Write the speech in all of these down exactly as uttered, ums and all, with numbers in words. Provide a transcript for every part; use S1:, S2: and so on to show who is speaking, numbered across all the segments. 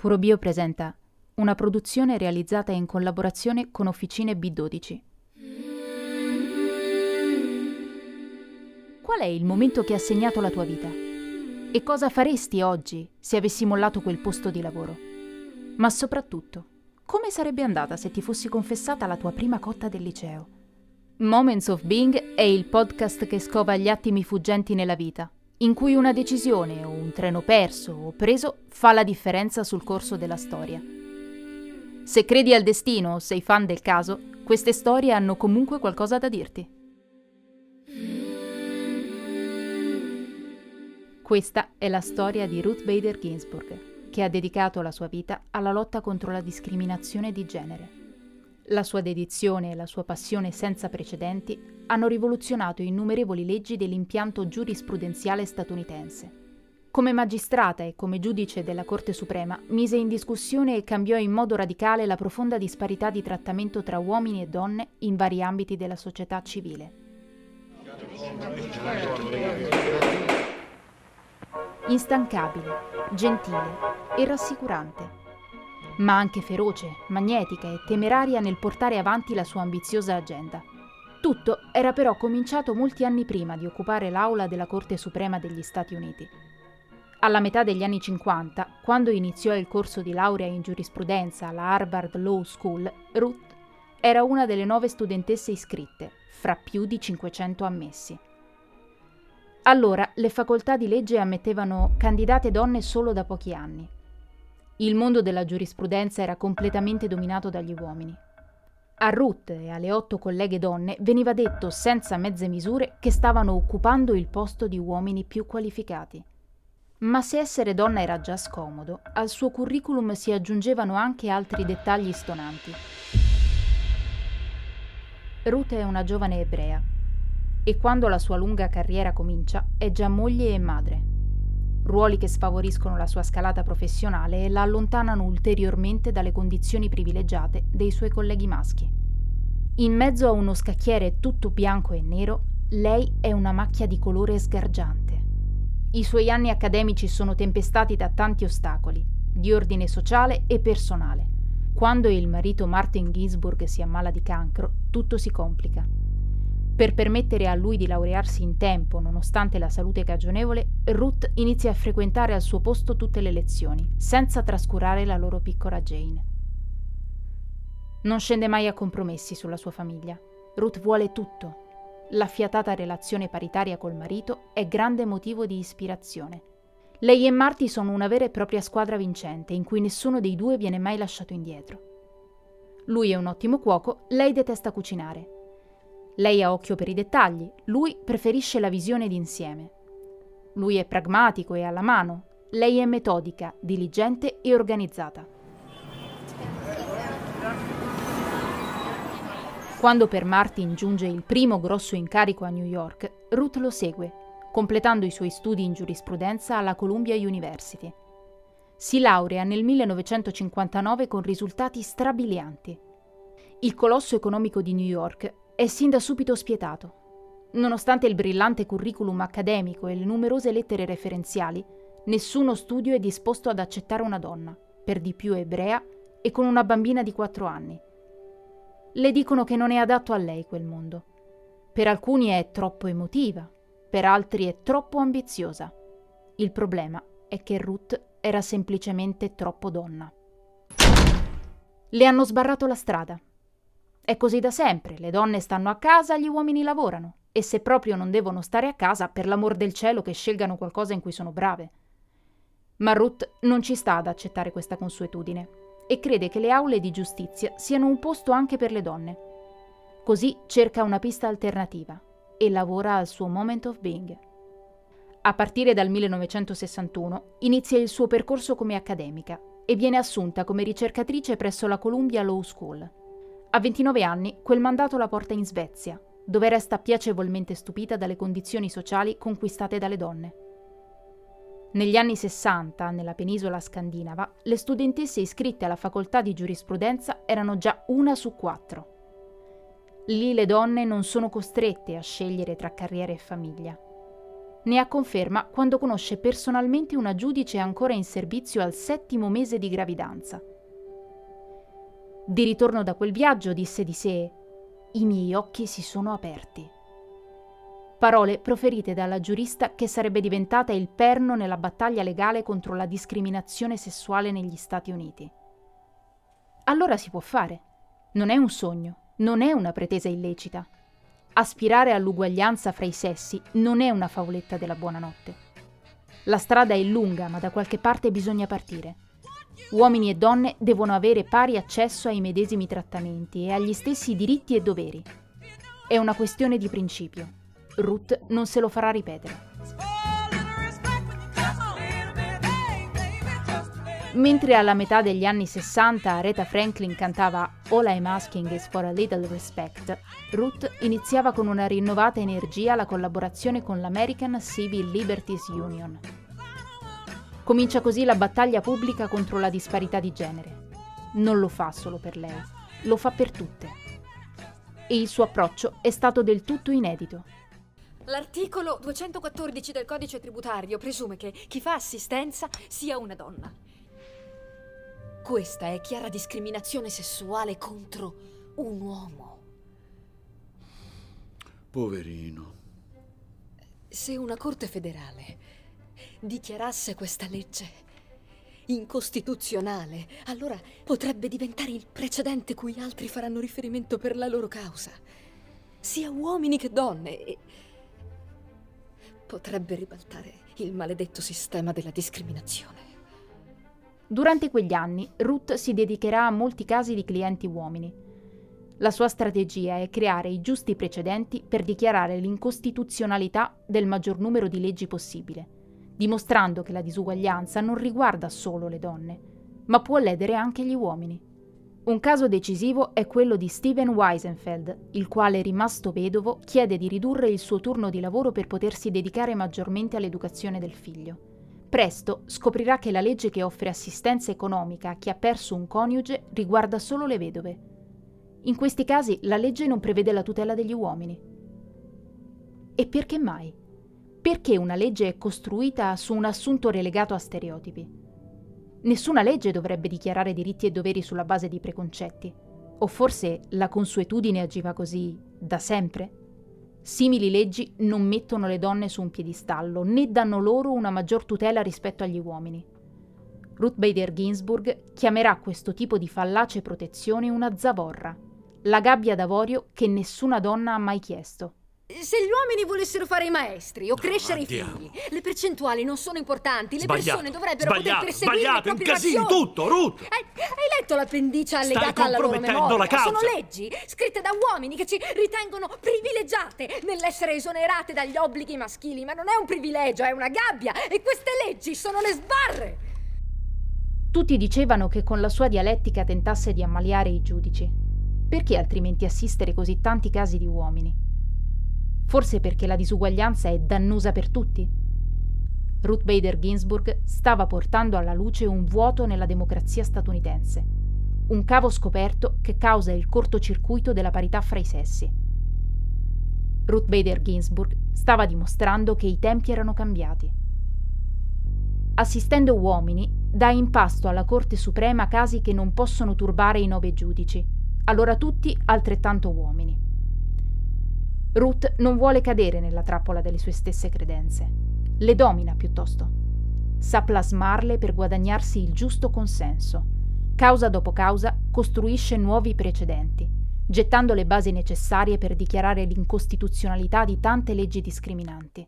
S1: Puro Bio presenta una produzione realizzata in collaborazione con Officine B dodici. Qual è il momento che ha segnato la tua vita? E cosa faresti oggi se avessi mollato quel posto di lavoro? Ma soprattutto, come sarebbe andata se ti fossi confessata la tua prima cotta del liceo? Moments of Being è il podcast che scova gli attimi fuggenti nella vita, in cui una decisione o un treno perso o preso fa la differenza sul corso della storia. Se credi al destino o sei fan del caso, queste storie hanno comunque qualcosa da dirti. Questa è la storia di Ruth Bader Ginsburg, che ha dedicato la sua vita alla lotta contro la discriminazione di genere. La sua dedizione e la sua passione senza precedenti hanno rivoluzionato innumerevoli leggi dell'impianto giurisprudenziale statunitense. Come magistrata e come giudice della Corte Suprema, mise in discussione e cambiò in modo radicale la profonda disparità di trattamento tra uomini e donne in vari ambiti della società civile. Instancabile, gentile e rassicurante, ma anche feroce, magnetica e temeraria nel portare avanti la sua ambiziosa agenda. Tutto era però cominciato molti anni prima di occupare l'aula della Corte Suprema degli Stati Uniti. Alla metà degli anni cinquanta, quando iniziò il corso di laurea in giurisprudenza alla Harvard Law School, Ruth era una delle nove studentesse iscritte, fra più di cinquecento ammessi. Allora le facoltà di legge ammettevano candidate donne solo da pochi anni. Il mondo della giurisprudenza era completamente dominato dagli uomini. A Ruth e alle otto colleghe donne veniva detto senza mezze misure che stavano occupando il posto di uomini più qualificati. Ma se essere donna era già scomodo, al suo curriculum si aggiungevano anche altri dettagli stonanti. Ruth è una giovane ebrea e quando la sua lunga carriera comincia è già moglie e madre. Ruoli che sfavoriscono la sua scalata professionale e la allontanano ulteriormente dalle condizioni privilegiate dei suoi colleghi maschi. In mezzo a uno scacchiere tutto bianco e nero, lei è una macchia di colore sgargiante. I suoi anni accademici sono tempestati da tanti ostacoli, di ordine sociale e personale. Quando il marito Martin Ginsburg si ammala di cancro, tutto si complica. Per permettere a lui di laurearsi in tempo, nonostante la salute cagionevole, Ruth inizia a frequentare al suo posto tutte le lezioni, senza trascurare la loro piccola Jane. Non scende mai a compromessi sulla sua famiglia. Ruth vuole tutto. La fiatata relazione paritaria col marito è grande motivo di ispirazione. Lei e Marty sono una vera e propria squadra vincente, in cui nessuno dei due viene mai lasciato indietro. Lui è un ottimo cuoco, lei detesta cucinare. Lei ha occhio per i dettagli, lui preferisce la visione d'insieme. Lui è pragmatico e alla mano, lei è metodica, diligente e organizzata. Quando per Martin giunge il primo grosso incarico a New York, Ruth lo segue, completando i suoi studi in giurisprudenza alla Columbia University. Si laurea nel millenovecentocinquantanove con risultati strabilianti. Il colosso economico di New York è sin da subito spietato. Nonostante il brillante curriculum accademico e le numerose lettere referenziali, nessuno studio è disposto ad accettare una donna, per di più ebrea e con una bambina di quattro anni. Le dicono che non è adatto a lei quel mondo. Per alcuni è troppo emotiva, per altri è troppo ambiziosa. Il problema è che Ruth era semplicemente troppo donna. Le hanno sbarrato la strada. È così da sempre, le donne stanno a casa, gli uomini lavorano. E se proprio non devono stare a casa, per l'amor del cielo che scelgano qualcosa in cui sono brave. Ma Ruth non ci sta ad accettare questa consuetudine e crede che le aule di giustizia siano un posto anche per le donne. Così cerca una pista alternativa e lavora al suo Moment of Being. A partire dal millenovecentosessantuno inizia il suo percorso come accademica e viene assunta come ricercatrice presso la Columbia Law School. A ventinove anni quel mandato la porta in Svezia, dove resta piacevolmente stupita dalle condizioni sociali conquistate dalle donne. Negli anni sessanta, nella penisola scandinava, le studentesse iscritte alla facoltà di giurisprudenza erano già una su quattro. Lì le donne non sono costrette a scegliere tra carriera e famiglia. Ne ha conferma quando conosce personalmente una giudice ancora in servizio al settimo mese di gravidanza. Di ritorno da quel viaggio disse di sé: «I miei occhi si sono aperti». Parole proferite dalla giurista che sarebbe diventata il perno nella battaglia legale contro la discriminazione sessuale negli Stati Uniti. Allora si può fare. Non è un sogno, non è una pretesa illecita. Aspirare all'uguaglianza fra i sessi non è una favoletta della buonanotte. La strada è lunga, ma da qualche parte bisogna partire. Uomini e donne devono avere pari accesso ai medesimi trattamenti e agli stessi diritti e doveri. È una questione di principio. Ruth non se lo farà ripetere. Mentre alla metà degli anni sessanta Aretha Franklin cantava All I'm Asking is for a Little Respect, Ruth iniziava con una rinnovata energia la collaborazione con l'American Civil Liberties Union. Comincia così la battaglia pubblica contro la disparità di genere. Non lo fa solo per lei, lo fa per tutte. E il suo approccio è stato del tutto inedito.
S2: L'articolo duecentoquattordici del codice tributario presume che chi fa assistenza sia una donna. Questa è chiara discriminazione sessuale contro un uomo.
S3: Poverino.
S2: Se una corte federale dichiarasse questa legge incostituzionale, allora potrebbe diventare il precedente cui altri faranno riferimento per la loro causa, sia uomini che donne, e potrebbe ribaltare il maledetto sistema della discriminazione.
S1: Durante quegli anni, Ruth si dedicherà a molti casi di clienti uomini. La sua strategia è creare i giusti precedenti per dichiarare l'incostituzionalità del maggior numero di leggi possibile, dimostrando che la disuguaglianza non riguarda solo le donne, ma può ledere anche gli uomini. Un caso decisivo è quello di Steven Wiesenfeld, il quale, rimasto vedovo, chiede di ridurre il suo turno di lavoro per potersi dedicare maggiormente all'educazione del figlio. Presto scoprirà che la legge che offre assistenza economica a chi ha perso un coniuge riguarda solo le vedove. In questi casi la legge non prevede la tutela degli uomini. E perché mai? Perché una legge è costruita su un assunto relegato a stereotipi? Nessuna legge dovrebbe dichiarare diritti e doveri sulla base di preconcetti. O forse la consuetudine agiva così da sempre? Simili leggi non mettono le donne su un piedistallo, né danno loro una maggior tutela rispetto agli uomini. Ruth Bader Ginsburg chiamerà questo tipo di fallace protezione una zavorra, la gabbia d'avorio che nessuna donna ha mai chiesto.
S2: Se gli uomini volessero fare i maestri o crescere
S3: Andiamo.
S2: i figli, le percentuali non sono importanti, le
S3: Sbagliato,
S2: persone dovrebbero
S3: sbagliato,
S2: poter perseguire
S3: sbagliato,
S2: le
S3: un
S2: proprie
S3: casino,
S2: passioni.
S3: tutto, Ruth!
S2: Hai, hai letto l'appendice
S3: Stai
S2: allegata alla loro
S3: compromettendo
S2: memoria?
S3: la causa.
S2: Sono leggi scritte da uomini che ci ritengono privilegiate nell'essere esonerate dagli obblighi maschili, ma non è un privilegio, è una gabbia, e queste leggi sono le sbarre!
S1: Tutti dicevano che con la sua dialettica tentasse di ammaliare i giudici. Perché altrimenti assistere così tanti casi di uomini? Forse perché la disuguaglianza è dannosa per tutti? Ruth Bader Ginsburg stava portando alla luce un vuoto nella democrazia statunitense, un cavo scoperto che causa il cortocircuito della parità fra i sessi. Ruth Bader Ginsburg stava dimostrando che i tempi erano cambiati. Assistendo uomini, dà in pasto alla Corte Suprema casi che non possono turbare i nove giudici, allora tutti altrettanto uomini. Ruth non vuole cadere nella trappola delle sue stesse credenze. Le domina piuttosto. Sa plasmarle per guadagnarsi il giusto consenso. Causa dopo causa costruisce nuovi precedenti, gettando le basi necessarie per dichiarare l'incostituzionalità di tante leggi discriminanti.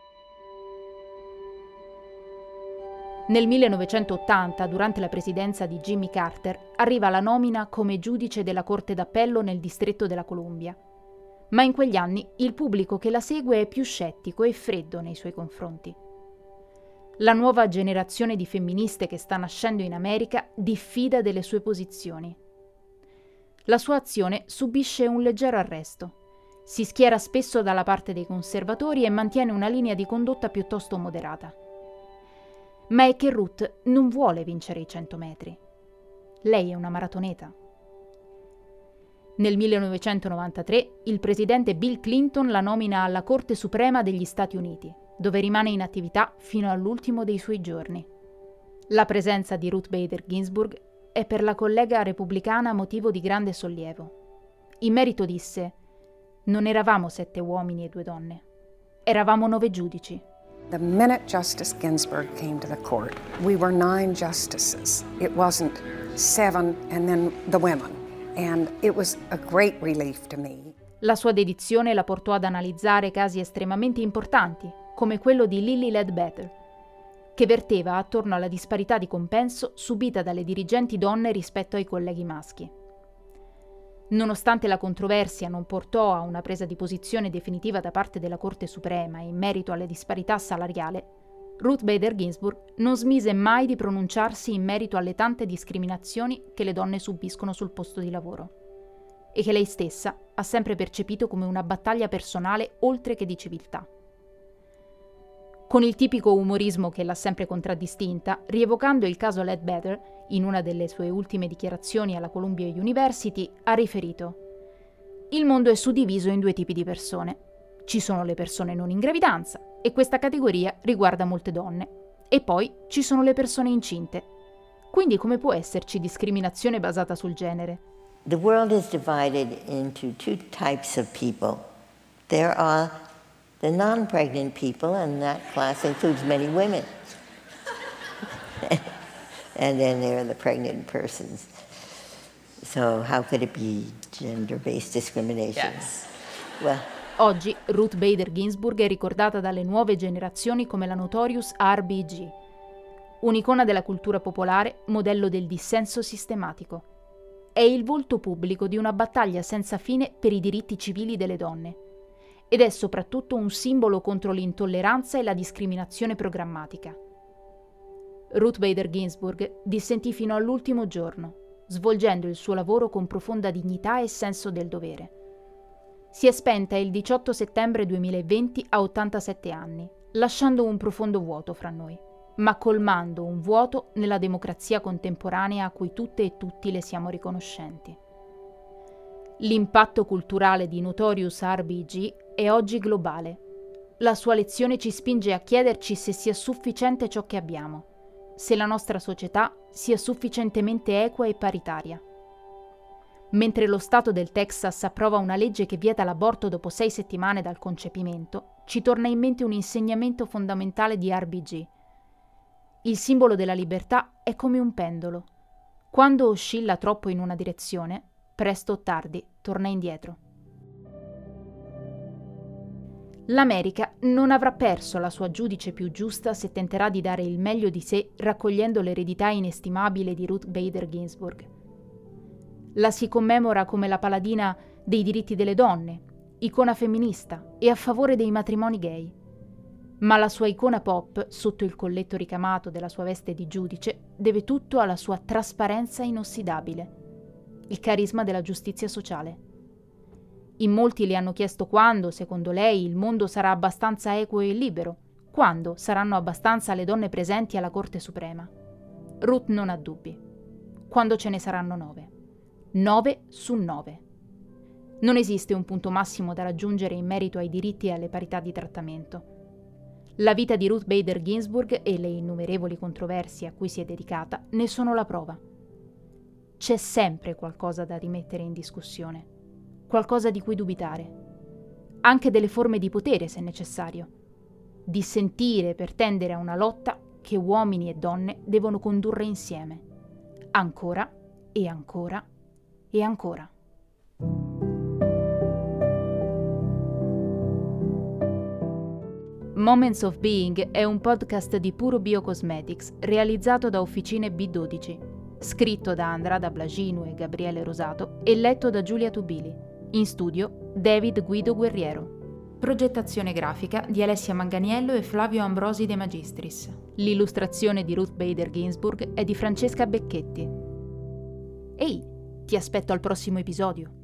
S1: Nel millenovecentottanta, durante la presidenza di Jimmy Carter, arriva la nomina come giudice della Corte d'Appello nel distretto della Columbia. Ma in quegli anni il pubblico che la segue è più scettico e freddo nei suoi confronti. La nuova generazione di femministe che sta nascendo in America diffida delle sue posizioni. La sua azione subisce un leggero arresto. Si schiera spesso dalla parte dei conservatori e mantiene una linea di condotta piuttosto moderata. Ma è che Ruth non vuole vincere i cento metri. Lei è una maratoneta. Nel millenovecentonovantatré il presidente Bill Clinton la nomina alla Corte Suprema degli Stati Uniti, dove rimane in attività fino all'ultimo dei suoi giorni. La presenza di Ruth Bader Ginsburg è per la collega repubblicana motivo di grande sollievo. In merito disse: «Non eravamo sette uomini e due donne, eravamo nove giudici».
S3: The minute Justice Ginsburg came to the court, we were nine justices. It wasn't seven and then the women. And it was a great relief to me.
S1: La sua dedizione la portò ad analizzare casi estremamente importanti, come quello di Lilly Ledbetter, che verteva attorno alla disparità di compenso subita dalle dirigenti donne rispetto ai colleghi maschi. Nonostante la controversia non portò a una presa di posizione definitiva da parte della Corte Suprema in merito alle disparità salariali, Ruth Bader Ginsburg non smise mai di pronunciarsi in merito alle tante discriminazioni che le donne subiscono sul posto di lavoro e che lei stessa ha sempre percepito come una battaglia personale oltre che di civiltà. Con il tipico umorismo che l'ha sempre contraddistinta, rievocando il caso Ledbetter, in una delle sue ultime dichiarazioni alla Columbia University, ha riferito: «Il mondo è suddiviso in due tipi di persone. Ci sono le persone non in gravidanza, e questa categoria riguarda molte donne. E poi ci sono le persone incinte. Quindi come può esserci discriminazione basata sul genere?»
S4: The world is divided into two types of people. There are the non-pregnant people, and that class includes many women. And then there are the pregnant persons. So how could it be gender-based discrimination?
S5: Yes.
S4: Well,
S1: Oggi Ruth Bader Ginsburg è ricordata dalle nuove generazioni come la Notorious R B G, un'icona della cultura popolare, modello del dissenso sistematico. È il volto pubblico di una battaglia senza fine per i diritti civili delle donne ed è soprattutto un simbolo contro l'intolleranza e la discriminazione programmatica. Ruth Bader Ginsburg dissentì fino all'ultimo giorno, svolgendo il suo lavoro con profonda dignità e senso del dovere. Si è spenta il diciotto settembre duemilaventi a ottantasette anni, lasciando un profondo vuoto fra noi, ma colmando un vuoto nella democrazia contemporanea a cui tutte e tutti le siamo riconoscenti. L'impatto culturale di Notorious R B G è oggi globale. La sua lezione ci spinge a chiederci se sia sufficiente ciò che abbiamo, se la nostra società sia sufficientemente equa e paritaria. Mentre lo Stato del Texas approva una legge che vieta l'aborto dopo sei settimane dal concepimento, ci torna in mente un insegnamento fondamentale di R B G. Il simbolo della libertà è come un pendolo. Quando oscilla troppo in una direzione, presto o tardi torna indietro. L'America non avrà perso la sua giudice più giusta se tenterà di dare il meglio di sé raccogliendo l'eredità inestimabile di Ruth Bader Ginsburg. La si commemora come la paladina dei diritti delle donne, icona femminista e a favore dei matrimoni gay. Ma la sua icona pop, sotto il colletto ricamato della sua veste di giudice, deve tutto alla sua trasparenza inossidabile, il carisma della giustizia sociale. In molti le hanno chiesto quando, secondo lei, il mondo sarà abbastanza equo e libero, quando saranno abbastanza le donne presenti alla Corte Suprema. Ruth non ha dubbi. Quando ce ne saranno nove. Nove su nove. Non esiste un punto massimo da raggiungere in merito ai diritti e alle parità di trattamento. La vita di Ruth Bader Ginsburg e le innumerevoli controversie a cui si è dedicata ne sono la prova. C'è sempre qualcosa da rimettere in discussione, qualcosa di cui dubitare, anche delle forme di potere se necessario, dissentire per tendere a una lotta che uomini e donne devono condurre insieme, ancora e ancora e ancora. Moments of Being è un podcast di Puro Biocosmetics realizzato da Officine B dodici, scritto da Andrada Blaginu e Gabriele Rosato e letto da Giulia Tubili. In studio David Guido Guerriero. Progettazione grafica di Alessia Manganiello e Flavio Ambrosi De Magistris. L'illustrazione di Ruth Bader Ginsburg è di Francesca Becchetti. Ehi, ti aspetto al prossimo episodio.